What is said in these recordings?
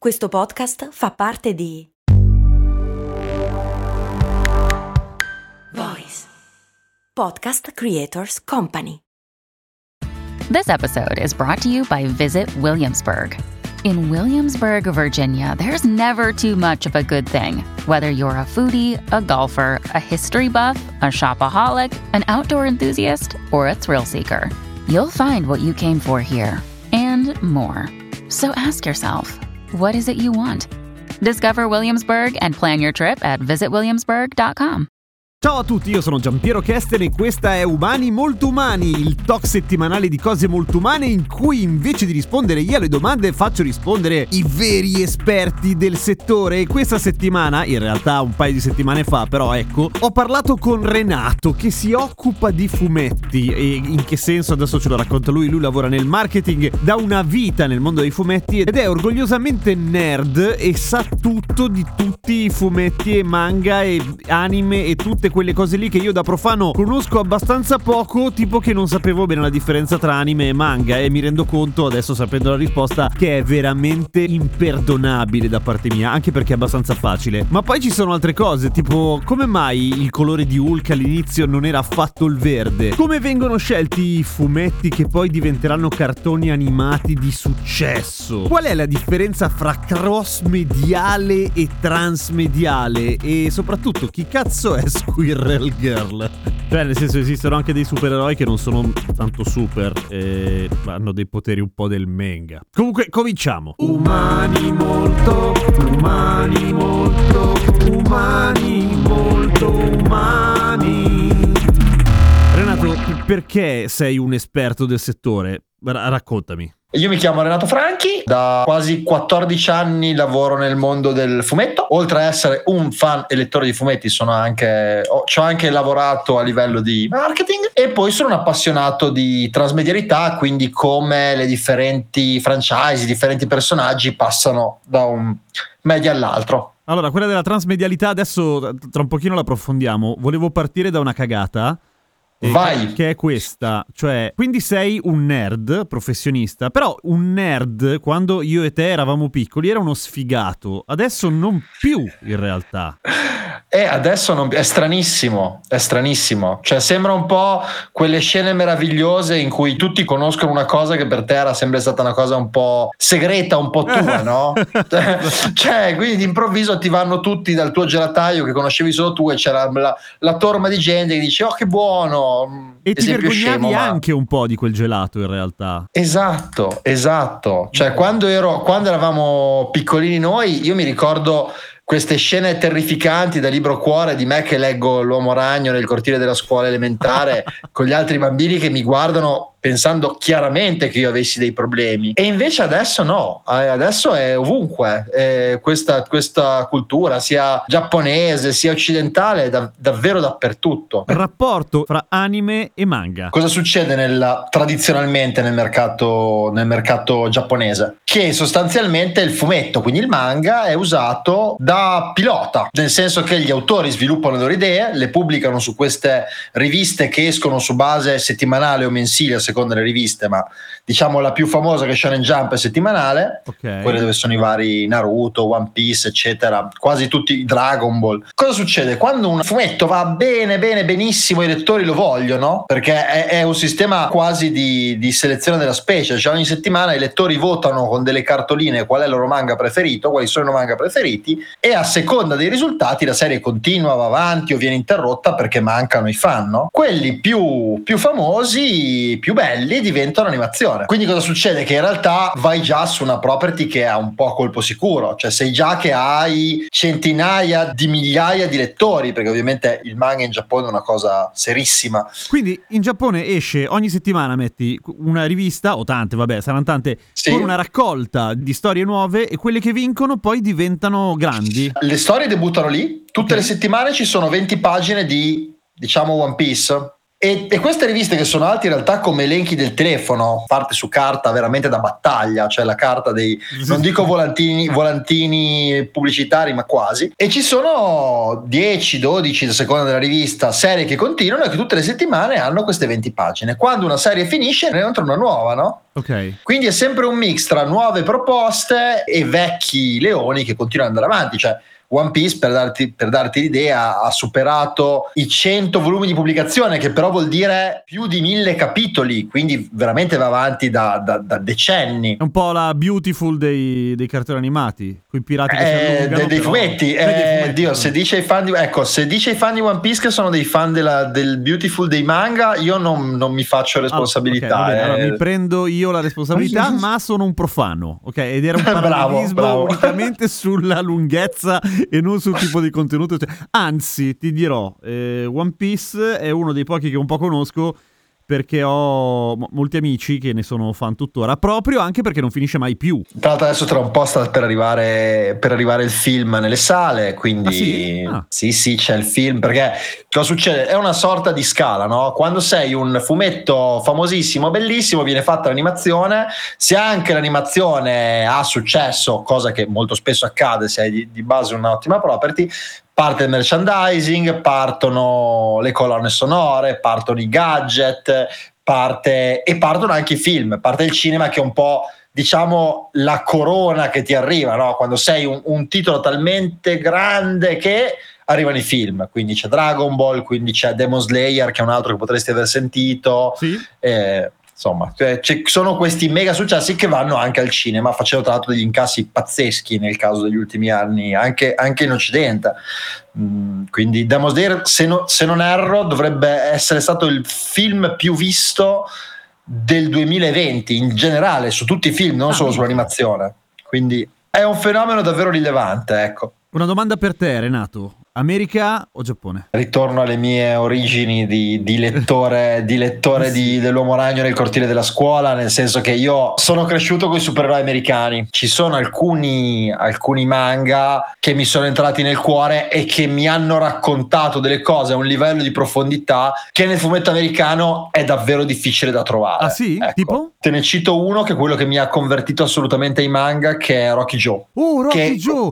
Questo podcast fa parte di Voice Podcast Creators Company. This episode is brought to you by Visit Williamsburg. In Williamsburg, Virginia, there's never too much of a good thing. Whether you're a foodie, a golfer, a history buff, a shopaholic, an outdoor enthusiast, or a thrill seeker, you'll find what you came for here and more. So ask yourself, what is it you want? Discover Williamsburg and plan your trip at visitwilliamsburg.com. Ciao a tutti, io sono Giampiero Kesten e questa è Umani Molto Umani, il talk settimanale di cose molto umane in cui invece di rispondere io alle domande faccio rispondere i veri esperti del settore. E questa settimana, in realtà un paio di settimane fa, però ecco, ho parlato con Renato che si occupa di fumetti. E in che senso? Adesso ce lo racconta lui lavora nel marketing da una vita nel mondo dei fumetti ed è orgogliosamente nerd e sa tutto di tutti i fumetti e manga e anime e tutte quelle cose lì che io da profano conosco abbastanza poco, tipo che non sapevo bene la differenza tra anime e manga, e mi rendo conto adesso sapendo la risposta che è veramente imperdonabile da parte mia, anche perché è abbastanza facile. Ma poi ci sono altre cose, tipo come mai il colore di Hulk all'inizio non era affatto il verde, come vengono scelti i fumetti che poi diventeranno cartoni animati di successo, qual è la differenza fra cross mediale e transmediale, e soprattutto chi cazzo è Squirrel Girl. Cioè nel senso, esistono anche dei supereroi che non sono tanto super e hanno dei poteri un po' del manga. Comunque cominciamo. Umani molto umani, molto umani, molto umani. Renato, perché sei un esperto del settore? Raccontami. Io mi chiamo Renato Franchi, da quasi 14 anni lavoro nel mondo del fumetto. Oltre a essere un fan e lettore di fumetti, ci ho anche lavorato a livello di marketing, e poi sono un appassionato di transmedialità, quindi come le differenti franchise, i differenti personaggi passano da un media all'altro. Allora, quella della transmedialità adesso tra un pochino la approfondiamo. Volevo partire da una cagata. Vai. Che è questa, cioè, quindi sei un nerd professionista, però un nerd quando io e te eravamo piccoli era uno sfigato, adesso non più in realtà. Adesso è stranissimo, cioè sembra un po' quelle scene meravigliose in cui tutti conoscono una cosa che per te era sempre stata una cosa un po' segreta, un po' tua, no? Cioè, quindi d'improvviso ti vanno tutti dal tuo gelataio che conoscevi solo tu e c'era la torma di gente che dice oh che buono, e ti vergognavi anche un po' di quel gelato in realtà. Esatto, cioè quando eravamo piccolini noi, io mi ricordo queste scene terrificanti da libro cuore di me che leggo l'uomo ragno nel cortile della scuola elementare con gli altri bambini che mi guardano pensando chiaramente che io avessi dei problemi, e invece adesso no, adesso è ovunque, questa cultura sia giapponese sia occidentale davvero dappertutto. Il rapporto fra anime e manga. Cosa succede tradizionalmente nel mercato giapponese? Che sostanzialmente il fumetto, quindi il manga, è usato da pilota, nel senso che gli autori sviluppano le loro idee, le pubblicano su queste riviste che escono su base settimanale o mensile a seconda delle riviste, ma diciamo la più famosa che è Shonen Jump è settimanale, okay. Quelle dove sono i vari Naruto, One Piece eccetera, quasi tutti Dragon Ball. Cosa succede? Quando un fumetto va benissimo, i lettori lo vogliono, perché è un sistema quasi di selezione della specie, cioè ogni settimana i lettori votano con delle cartoline qual è il loro manga preferito, quali sono i loro manga preferiti, e a seconda dei risultati la serie continua, va avanti o viene interrotta perché mancano i fan, no? Quelli più famosi, più belli diventano animazione. Quindi cosa succede? Che in realtà vai già su una property che ha un po' a colpo sicuro, cioè sei già che hai centinaia di migliaia di lettori, perché ovviamente il manga in Giappone è una cosa serissima. Quindi in Giappone esce ogni settimana, metti una rivista, o tante, vabbè, saranno tante, sì, con una raccolta di storie nuove, e quelle che vincono poi diventano grandi. Le storie debuttano lì, tutte le settimane ci sono 20 pagine di, diciamo, One Piece, E queste riviste, che sono alte in realtà come elenchi del telefono, fatte su carta veramente da battaglia, cioè la carta dei, non dico volantini pubblicitari, ma quasi, e ci sono 10-12, a seconda della rivista, serie che continuano e che tutte le settimane hanno queste 20 pagine. Quando una serie finisce ne entra una nuova, no? Ok. Quindi è sempre un mix tra nuove proposte e vecchi leoni che continuano ad andare avanti. Cioè One Piece, per darti l'idea, ha superato i 100 volumi di pubblicazione, che però vuol dire più di 1000 capitoli, quindi veramente va avanti da decenni. È un po' la Beautiful dei cartoni animati, quei pirati che si allungano, dei fumetti. Dio, se dice ai fan di One Piece che sono dei fan del Beautiful dei manga, io non mi faccio responsabilità. Okay, allora, mi prendo io la responsabilità, ma sono un profano, ok? Ed era un parallelismo bravo. unicamente sulla lunghezza e non sul tipo di contenuto. Anzi, ti dirò, One Piece è uno dei pochi che un po' conosco, perché ho molti amici che ne sono fan tuttora, proprio anche perché non finisce mai più. Tra l'altro adesso tra un po' sta per arrivare il film nelle sale, quindi sì, c'è il film, perché cosa succede? È una sorta di scala, no? Quando sei un fumetto famosissimo, bellissimo, viene fatta l'animazione, se anche l'animazione ha successo, cosa che molto spesso accade se hai di base un'ottima property, parte il merchandising, partono le colonne sonore, partono i gadget, partono anche i film, parte il cinema, che è un po', diciamo, la corona che ti arriva, no? Quando sei un titolo talmente grande che arrivano i film, quindi c'è Dragon Ball, quindi c'è Demon Slayer, che è un altro che potresti aver sentito. Sì. Insomma, ci sono questi mega successi che vanno anche al cinema, facendo tra l'altro degli incassi pazzeschi nel caso degli ultimi anni, anche in Occidente. Quindi Demon Slayer, se non erro, dovrebbe essere stato il film più visto del 2020 in generale, su tutti i film, non solo sull'animazione. Quindi è un fenomeno davvero rilevante, ecco. Una domanda per te, Renato. America o Giappone? Ritorno alle mie origini di lettore dell'Uomo Ragno nel cortile della scuola, nel senso che io sono cresciuto con i supereroi americani. Ci sono alcuni manga che mi sono entrati nel cuore e che mi hanno raccontato delle cose a un livello di profondità che nel fumetto americano è davvero difficile da trovare. Ah sì? Ecco. Tipo? Te ne cito uno che è quello che mi ha convertito assolutamente ai manga, che è Rocky Joe. Rocky Joe!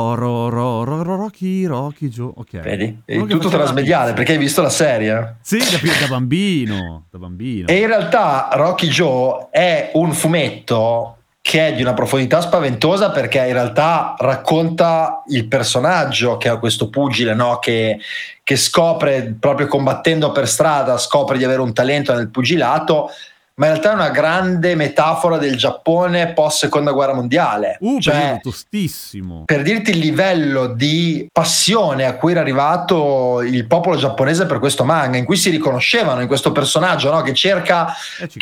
Rocky Joe. Ok. Vedi? È tutto trasmediale, perché hai visto la serie? Sì, da bambino. E in realtà Rocky Joe è un fumetto che è di una profondità spaventosa, perché in realtà racconta il personaggio, che è questo pugile, no? che scopre, proprio combattendo per strada, scopre di avere un talento nel pugilato, ma in realtà è una grande metafora del Giappone post seconda guerra mondiale. Cioè, tostissimo. Per dirti il livello di passione a cui era arrivato il popolo giapponese per questo manga, in cui si riconoscevano in questo personaggio, no? che cerca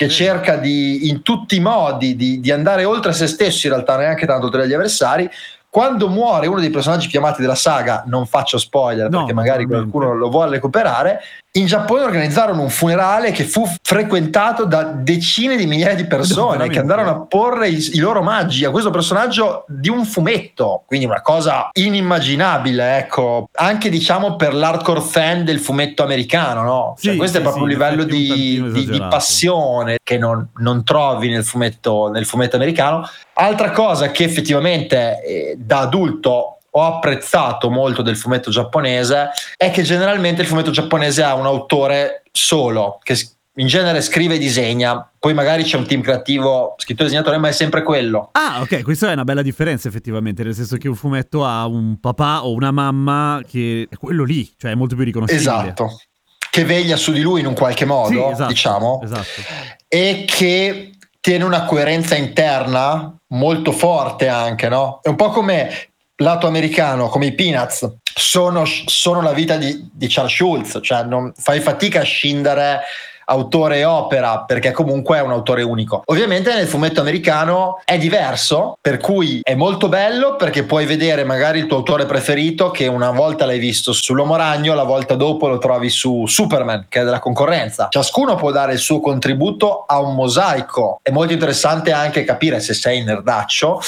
di, in tutti i modi, di andare oltre se stesso, in realtà neanche tanto oltre gli avversari. Quando muore uno dei personaggi più amati della saga, non faccio spoiler perché magari qualcuno lo vuole recuperare, in Giappone organizzarono un funerale che fu frequentato da decine di migliaia di persone che andarono a porre i loro omaggi a questo personaggio di un fumetto, quindi una cosa inimmaginabile, ecco, anche diciamo per l'hardcore fan del fumetto americano, no? Cioè, questo è proprio un livello di passione che non trovi nel fumetto americano. Altra cosa che effettivamente da adulto ho apprezzato molto del fumetto giapponese è che generalmente il fumetto giapponese ha un autore solo, che in genere scrive e disegna, poi magari c'è un team creativo, scrittore e disegnatore, ma è sempre quello. Ah, ok, questa è una bella differenza effettivamente, nel senso che un fumetto ha un papà o una mamma che è quello lì, cioè è molto più riconoscibile. Esatto, che veglia su di lui in un qualche modo, sì, esatto, diciamo, esatto. E che tiene una coerenza interna molto forte anche, no? È un po' come lato americano, come i Peanuts, sono la vita di Charles Schulz, cioè non fai fatica a scindere autore e opera, perché comunque è un autore unico. Ovviamente nel fumetto americano è diverso, per cui è molto bello perché puoi vedere magari il tuo autore preferito che una volta l'hai visto sull'Uomo Ragno, la volta dopo lo trovi su Superman, che è della concorrenza. Ciascuno può dare il suo contributo a un mosaico. È molto interessante anche capire, se sei nerdaccio,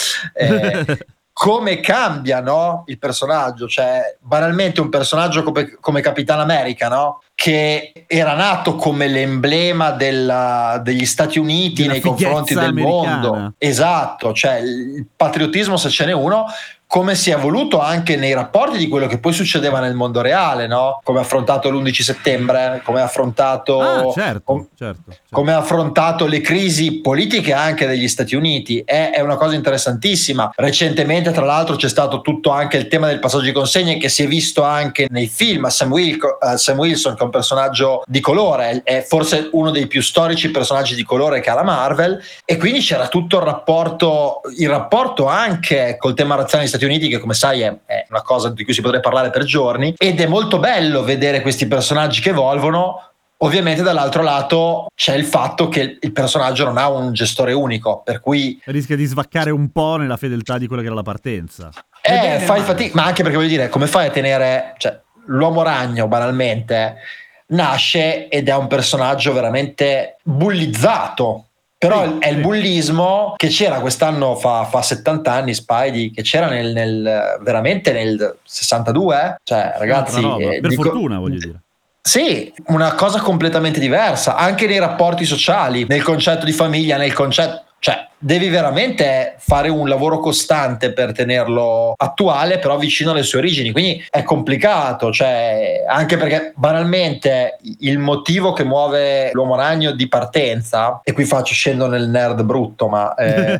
come cambia, no, il personaggio. Cioè banalmente un personaggio come Capitan America, no, che era nato come l'emblema degli Stati Uniti Della nei confronti del americana. mondo. Esatto, cioè il patriottismo, se ce n'è uno, come si è evoluto anche nei rapporti di quello che poi succedeva nel mondo reale, no? Come ha affrontato l'11 settembre, come ha affrontato, certo. come ha affrontato le crisi politiche anche degli Stati Uniti. È una cosa interessantissima. Recentemente, tra l'altro, c'è stato tutto anche il tema del passaggio di consegne, che si è visto anche nei film. Sam Wilson, che è un personaggio di colore, è forse uno dei più storici personaggi di colore che ha la Marvel, e quindi c'era tutto il rapporto anche col tema razziale negli Stati Uniti, che come sai è una cosa di cui si potrebbe parlare per giorni, ed è molto bello vedere questi personaggi che evolvono. Ovviamente dall'altro lato c'è il fatto che il personaggio non ha un gestore unico, per cui rischia di svaccare un po' nella fedeltà di quella che era la partenza. fai fatica, ma anche perché voglio dire, come fai a tenere, cioè, l'uomo ragno banalmente nasce ed è un personaggio veramente bullizzato. Però è il bullismo che c'era quest'anno, fa 70 anni, Spidey, che c'era veramente nel 62. Cioè, ragazzi, per fortuna, voglio dire. Sì, una cosa completamente diversa, anche nei rapporti sociali, nel concetto di famiglia, cioè devi veramente fare un lavoro costante per tenerlo attuale, però vicino alle sue origini, quindi è complicato, cioè, anche perché banalmente il motivo che muove l'uomo ragno di partenza, e qui scendo nel nerd brutto, ma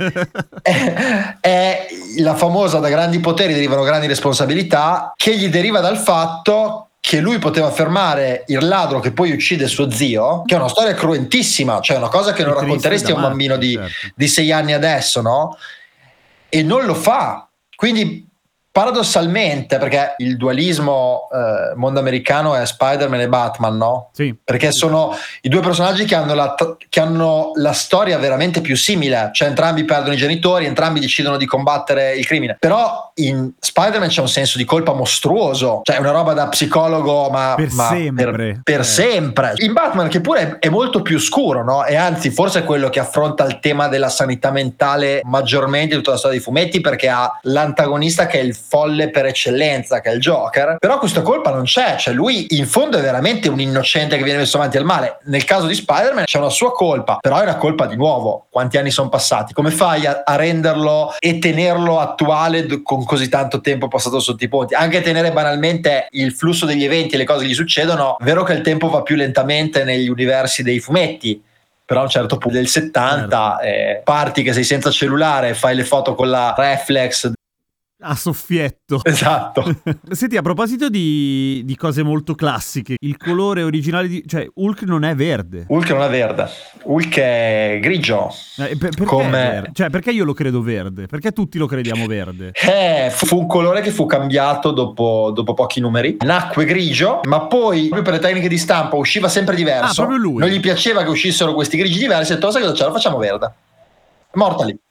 è la famosa "da grandi poteri derivano grandi responsabilità", che gli deriva dal fatto che lui poteva fermare il ladro che poi uccide suo zio, che è una storia cruentissima, cioè una cosa che non racconteresti a un bambino di 6 anni adesso, no? E non lo fa. Quindi paradossalmente, perché il dualismo mondo americano è Spider-Man e Batman, no? Sì. Perché sono i due personaggi che hanno la storia veramente più simile, cioè entrambi perdono i genitori, entrambi decidono di combattere il crimine. Però in Spider-Man c'è un senso di colpa mostruoso, cioè è una roba da psicologo, ma per sempre. In Batman, che pure è molto più scuro, no? E anzi forse è quello che affronta il tema della sanità mentale maggiormente di tutta la storia dei fumetti, perché ha l'antagonista che è il folle per eccellenza, che è il Joker. Però questa colpa non c'è, cioè lui in fondo è veramente un innocente che viene messo avanti al male. Nel caso di Spider-Man c'è una sua colpa, però è una colpa, di nuovo, quanti anni sono passati? Come fai a renderlo e tenerlo attuale con così tanto tempo passato sotto i ponti? Anche tenere banalmente il flusso degli eventi e le cose che gli succedono, è vero che il tempo va più lentamente negli universi dei fumetti, però a un certo punto del 70 parti che sei senza cellulare, fai le foto con la reflex a soffietto. Esatto. Senti, a proposito di cose molto classiche, il colore originale cioè Hulk non è verde. Hulk non è verde, Hulk è grigio. Perché cioè, perché io lo credo verde? Perché tutti lo crediamo verde? Fu un colore che fu cambiato dopo pochi numeri. Nacque grigio, ma poi proprio per le tecniche di stampa usciva sempre diverso. Proprio lui. Non gli piaceva che uscissero questi grigi diversi, e detto: sai cosa c'è? Lo facciamo verde. Morta lì.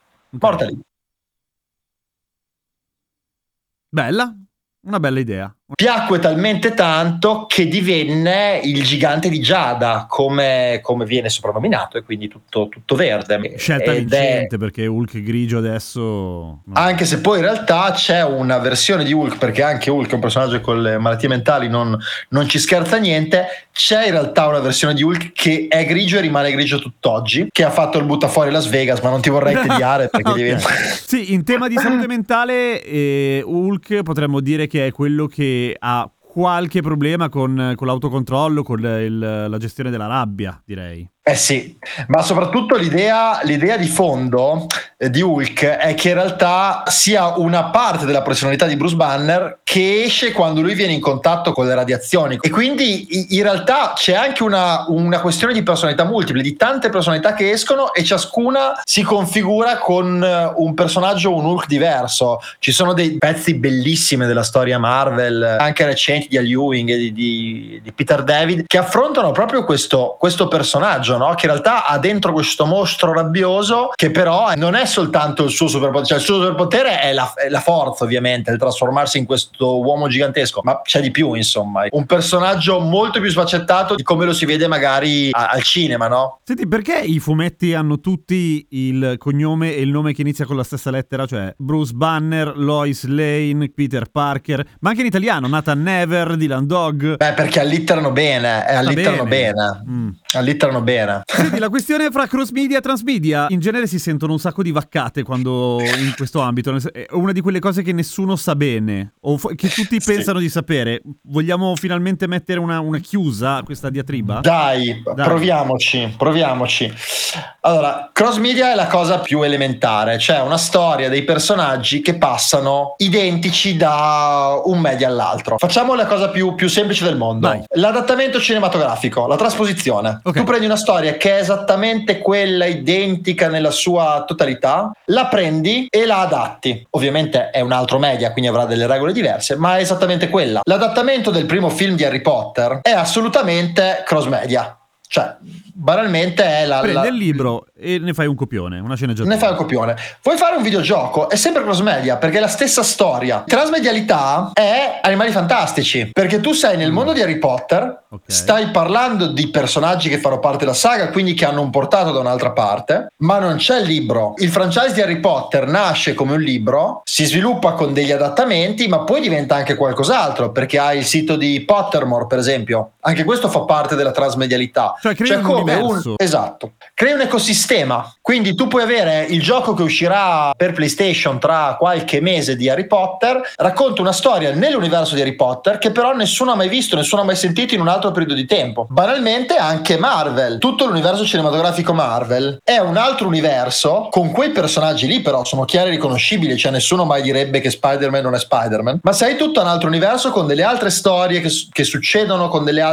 Bella, una bella idea. Piacque talmente tanto che divenne il gigante di Giada, come viene soprannominato, e quindi tutto verde. Scelta vincente, perché Hulk grigio adesso... Anche se poi in realtà c'è una versione di Hulk, perché anche Hulk è un personaggio con le malattie mentali, non ci scherza niente. C'è in realtà una versione di Hulk che è grigio e rimane grigio tutt'oggi, che ha fatto il buttafuori Las Vegas, ma non ti vorrei tediare perché diventa... Sì, in tema di salute mentale, Hulk potremmo dire che è quello che ha qualche problema con l'autocontrollo, con la gestione della rabbia, direi. Sì, ma soprattutto l'idea di fondo di Hulk è che in realtà sia una parte della personalità di Bruce Banner che esce quando lui viene in contatto con le radiazioni, e quindi in realtà c'è anche una questione di personalità multiple, di tante personalità che escono e ciascuna si configura con un personaggio, un Hulk diverso. Ci sono dei pezzi bellissimi della storia Marvel, anche recenti, di Al Ewing e di Peter David, che affrontano proprio questo personaggio, personaggio, no? Che in realtà ha dentro questo mostro rabbioso che però non è soltanto il suo superpotere, cioè il suo superpotere è la forza, ovviamente, il trasformarsi in questo uomo gigantesco, ma c'è di più, insomma, un personaggio molto più sfaccettato di come lo si vede magari al cinema, no? Senti, perché i fumetti hanno tutti il cognome e il nome che inizia con la stessa lettera, cioè Bruce Banner, Lois Lane, Peter Parker, ma anche in italiano Nathan Never, Dylan Dog? Beh, perché allitterano bene, allitterano bene. Senti, la questione fra cross media e transmedia, in genere si sentono un sacco di vaccate quando in questo ambito, è una di quelle cose che nessuno sa bene o che tutti pensano di sapere. Vogliamo finalmente mettere una chiusa a questa diatriba? Dai. Proviamoci. Allora, cross media è la cosa più elementare, cioè una storia dei personaggi che passano identici da un media all'altro. Facciamo la cosa più semplice del mondo. Vai. L'adattamento cinematografico, la trasposizione. Okay. Tu prendi una storia che è esattamente quella, identica nella sua totalità, la prendi e la adatti. Ovviamente è un altro media, quindi avrà delle regole diverse, ma è esattamente quella. L'adattamento del primo film di Harry Potter è assolutamente cross media. Cioè, banalmente è prendi il libro e ne fai un copione, una sceneggiatura. Ne fai un copione. Vuoi fare un videogioco? È sempre cross media, perché è la stessa storia. Trasmedialità è Animali Fantastici, perché tu sei nel mondo di Harry Potter, stai parlando di personaggi che fanno parte della saga, quindi che hanno un portato da un'altra parte, ma non c'è il libro. Il franchise di Harry Potter nasce come un libro, si sviluppa con degli adattamenti, ma poi diventa anche qualcos'altro, perché hai il sito di Pottermore, per esempio. Anche questo fa parte della trasmedialità. Cioè crei un universo. Esatto. Crei un ecosistema. Quindi tu puoi avere il gioco che uscirà per PlayStation tra qualche mese di Harry Potter, racconta una storia nell'universo di Harry Potter che però nessuno ha mai visto, nessuno ha mai sentito in un altro periodo di tempo. Banalmente anche Marvel, tutto l'universo cinematografico Marvel è un altro universo con quei personaggi lì, però sono chiari e riconoscibili, cioè nessuno mai direbbe che Spider-Man non è Spider-Man, ma sei tutto un altro universo con delle altre storie che succedono, con delle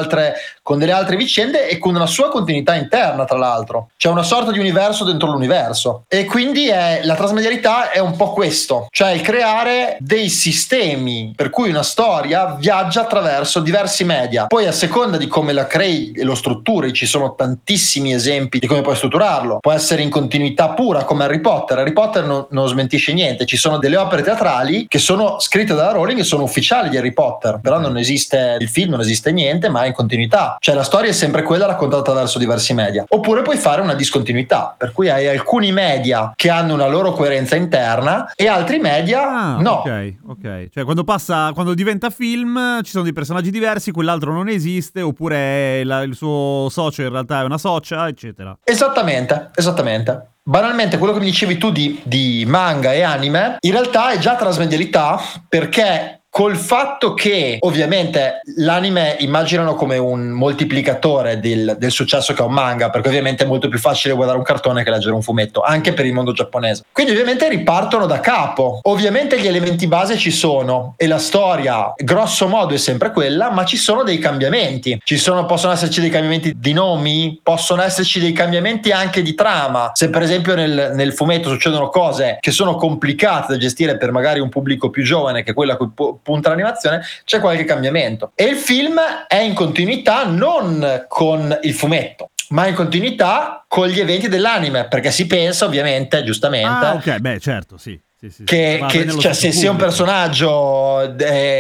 altre vicende e con una sua continuità interna, tra l'altro. C'è una sorta di universo dentro l'universo e quindi la trasmedialità è un po' questo, cioè il creare dei sistemi per cui una storia viaggia attraverso diversi media. Poi a seconda di come la crei e lo strutturi ci sono tantissimi esempi di come puoi strutturarlo. Può essere in continuità pura come Harry Potter. Harry Potter non smentisce niente, ci sono delle opere teatrali che sono scritte da Rowling e sono ufficiali di Harry Potter, però non esiste il film, non esiste niente, ma è in continuità, cioè la storia è sempre quella raccontata attraverso diversi media. Oppure puoi fare una discontinuità, per cui hai alcuni media che hanno una loro coerenza interna e altri media no. Ok. Cioè quando diventa film ci sono dei personaggi diversi, quell'altro non esiste, oppure il suo socio in realtà è una socia, eccetera. Esattamente. Banalmente quello che mi dicevi tu di manga e anime in realtà è già trasmedialità, perché col fatto che ovviamente l'anime immaginano come un moltiplicatore del successo che ha un manga, perché ovviamente è molto più facile guardare un cartone che leggere un fumetto, anche per il mondo giapponese. Quindi ovviamente ripartono da capo. Ovviamente gli elementi base ci sono e la storia grosso modo è sempre quella, ma ci sono dei cambiamenti. Possono esserci dei cambiamenti di nomi, possono esserci dei cambiamenti anche di trama. Se per esempio nel fumetto succedono cose che sono complicate da gestire per magari un pubblico più giovane, che è quella a cui punta l'animazione, c'è qualche cambiamento. E il film è in continuità non con il fumetto, ma in continuità con gli eventi dell'anime, perché si pensa ovviamente, giustamente, ok, beh certo, sì. Che cioè, se un personaggio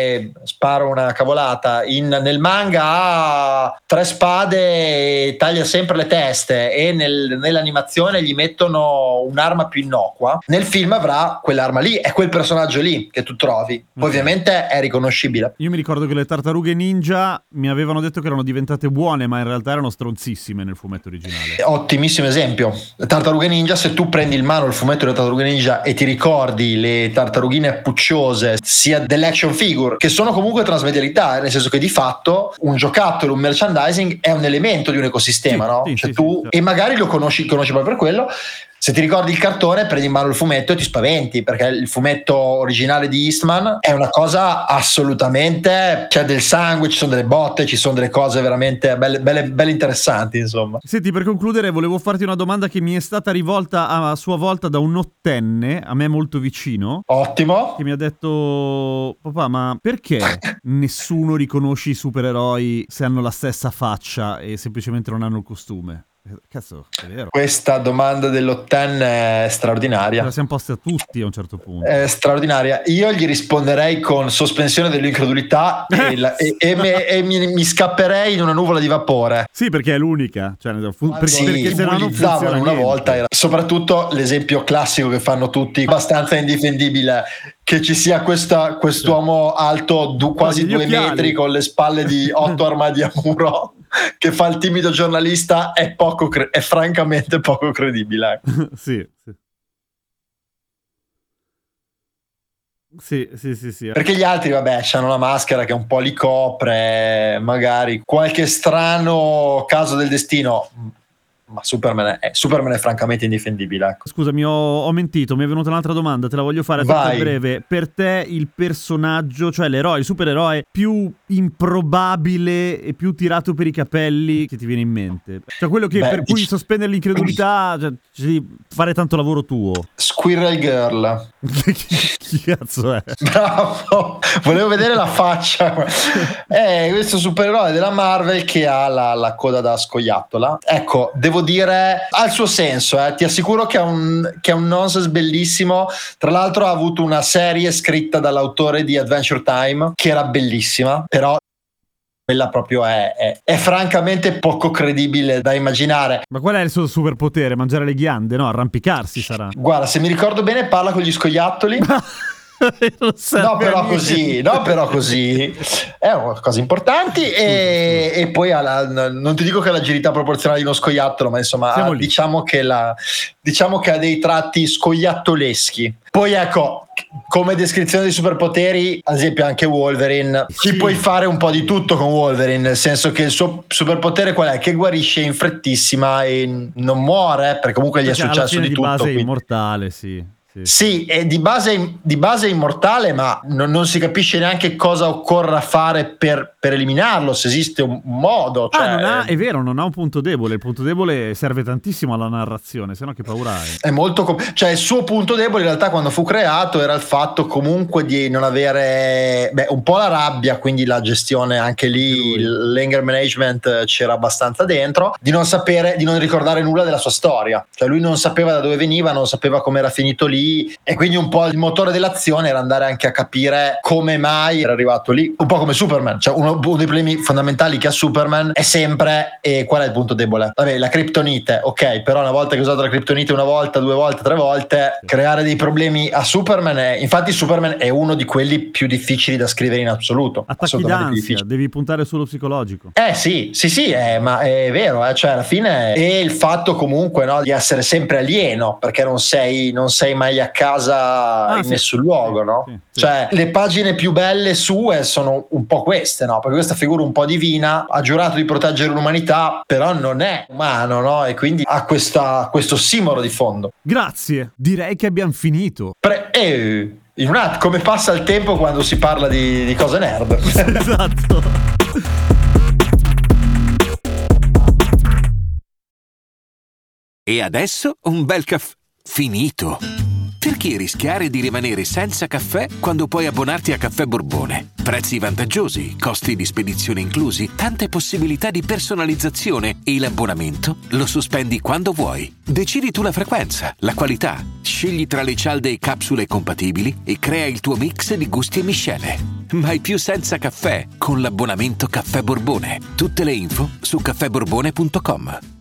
sparo una cavolata nel manga ha 3 spade e taglia sempre le teste e nell'animazione gli mettono un'arma più innocua, nel film avrà quell'arma lì, è quel personaggio lì che tu trovi. Ovviamente è riconoscibile. Io mi ricordo che le tartarughe ninja mi avevano detto che erano diventate buone, ma in realtà erano stronzissime nel fumetto originale. Ottimissimo esempio. Le tartarughe ninja, se tu prendi in mano il fumetto delle tartarughe ninja e ti ricordi le tartarughine pucciose sia dell'action figure, che sono comunque trasmedialità, nel senso che di fatto un giocattolo, un merchandising è un elemento di un ecosistema, no? Cioè tu e magari lo conosci proprio per quello. Se ti ricordi il cartone, prendi in mano il fumetto e ti spaventi, perché il fumetto originale di Eastman è una cosa assolutamente, c'è del sangue, ci sono delle botte, ci sono delle cose veramente belle interessanti, insomma. Senti, per concludere volevo farti una domanda che mi è stata rivolta a sua volta da un ottenne a me molto vicino. Ottimo. Che mi ha detto: papà, ma perché nessuno riconosce i supereroi se hanno la stessa faccia e semplicemente non hanno il costume? Cazzo, è vero. Questa domanda dell'Otten è straordinaria. La siamo posti a tutti a un certo punto. È straordinaria. Io gli risponderei con sospensione dell'incredulità e mi scapperei in una nuvola di vapore. Sì, perché è l'unica. Cioè, perché se no non funziona una niente. volta era soprattutto l'esempio classico che fanno tutti, abbastanza indifendibile, che ci sia quest'uomo alto quasi 2 metri con le spalle di 8 armadi a muro che fa il timido giornalista è francamente poco credibile. Sì. Sì. Perché gli altri, vabbè, hanno la maschera che un po' li copre, magari qualche strano caso del destino. Ma Superman è francamente indifendibile, ecco. Scusami, ho mentito, mi è venuta un'altra domanda, te la voglio fare a breve. Per te il personaggio, cioè l'eroe, il supereroe più improbabile e più tirato per i capelli che ti viene in mente? Cioè quello che per cui sospendere l'incredulità, cioè, fare tanto lavoro tuo. Squirrel Girl. Chi cazzo è? Bravo, volevo vedere la faccia. È questo supereroe della Marvel che ha la coda da scoiattola. Ecco, devo dire, ha il suo senso, ti assicuro che è un nonsense bellissimo. Tra l'altro ha avuto una serie scritta dall'autore di Adventure Time che era bellissima, però quella proprio è francamente poco credibile da immaginare. Ma qual è il suo superpotere? Mangiare le ghiande? No, arrampicarsi sarà. Guarda, se mi ricordo bene parla con gli scoiattoli. No, però così è una cosa importante. E poi non ti dico che ha l'agilità proporzionale di uno scoiattolo, ma insomma diciamo che ha dei tratti scoiattoleschi. Poi ecco, come descrizione di superpoteri, ad esempio anche Wolverine, ci puoi fare un po' di tutto con Wolverine, nel senso che il suo superpotere qual è? Che guarisce in frettissima e non muore, perché comunque gli è successo di tutto. Di base è immortale, sì. Sì, è di base è immortale, ma non si capisce neanche cosa occorra fare per eliminarlo, se esiste un modo. Cioè, è vero, non ha un punto debole. Il punto debole serve tantissimo alla narrazione, sennò che paura hai. È molto cioè il suo punto debole in realtà quando fu creato era il fatto comunque di non avere un po' la rabbia, quindi la gestione anche lì, l'anger management c'era abbastanza dentro, di non sapere, di non ricordare nulla della sua storia. Cioè lui non sapeva da dove veniva, non sapeva come era finito lì, e quindi un po' il motore dell'azione era andare anche a capire come mai era arrivato lì, un po' come Superman. Cioè uno dei problemi fondamentali che ha Superman è sempre qual è il punto debole? Vabbè, la criptonite, ok, però una volta che ho usato la criptonite una volta, 2 volte, 3 volte, creare dei problemi a Superman infatti Superman è uno di quelli più difficili da scrivere in assoluto. Attacchi d'ansia, devi puntare sullo psicologico. Sì, ma è vero, cioè alla fine è il fatto comunque, no, di essere sempre alieno, perché non sei mai a casa in nessun luogo, no? Sì. Cioè le pagine più belle sue sono un po' queste, no? Perché questa figura un po' divina ha giurato di proteggere l'umanità, però non è umano, no? E quindi ha questo ossimoro di fondo. Grazie, direi che abbiamo finito. In un attimo, come passa il tempo quando si parla di cose nerd. Esatto. E adesso un bel caffè finito. Perché rischiare di rimanere senza caffè quando puoi abbonarti a Caffè Borbone? Prezzi vantaggiosi, costi di spedizione inclusi, tante possibilità di personalizzazione e l'abbonamento lo sospendi quando vuoi. Decidi tu la frequenza, la qualità, scegli tra le cialde e capsule compatibili e crea il tuo mix di gusti e miscele. Mai più senza caffè con l'abbonamento Caffè Borbone. Tutte le info su caffèborbone.com.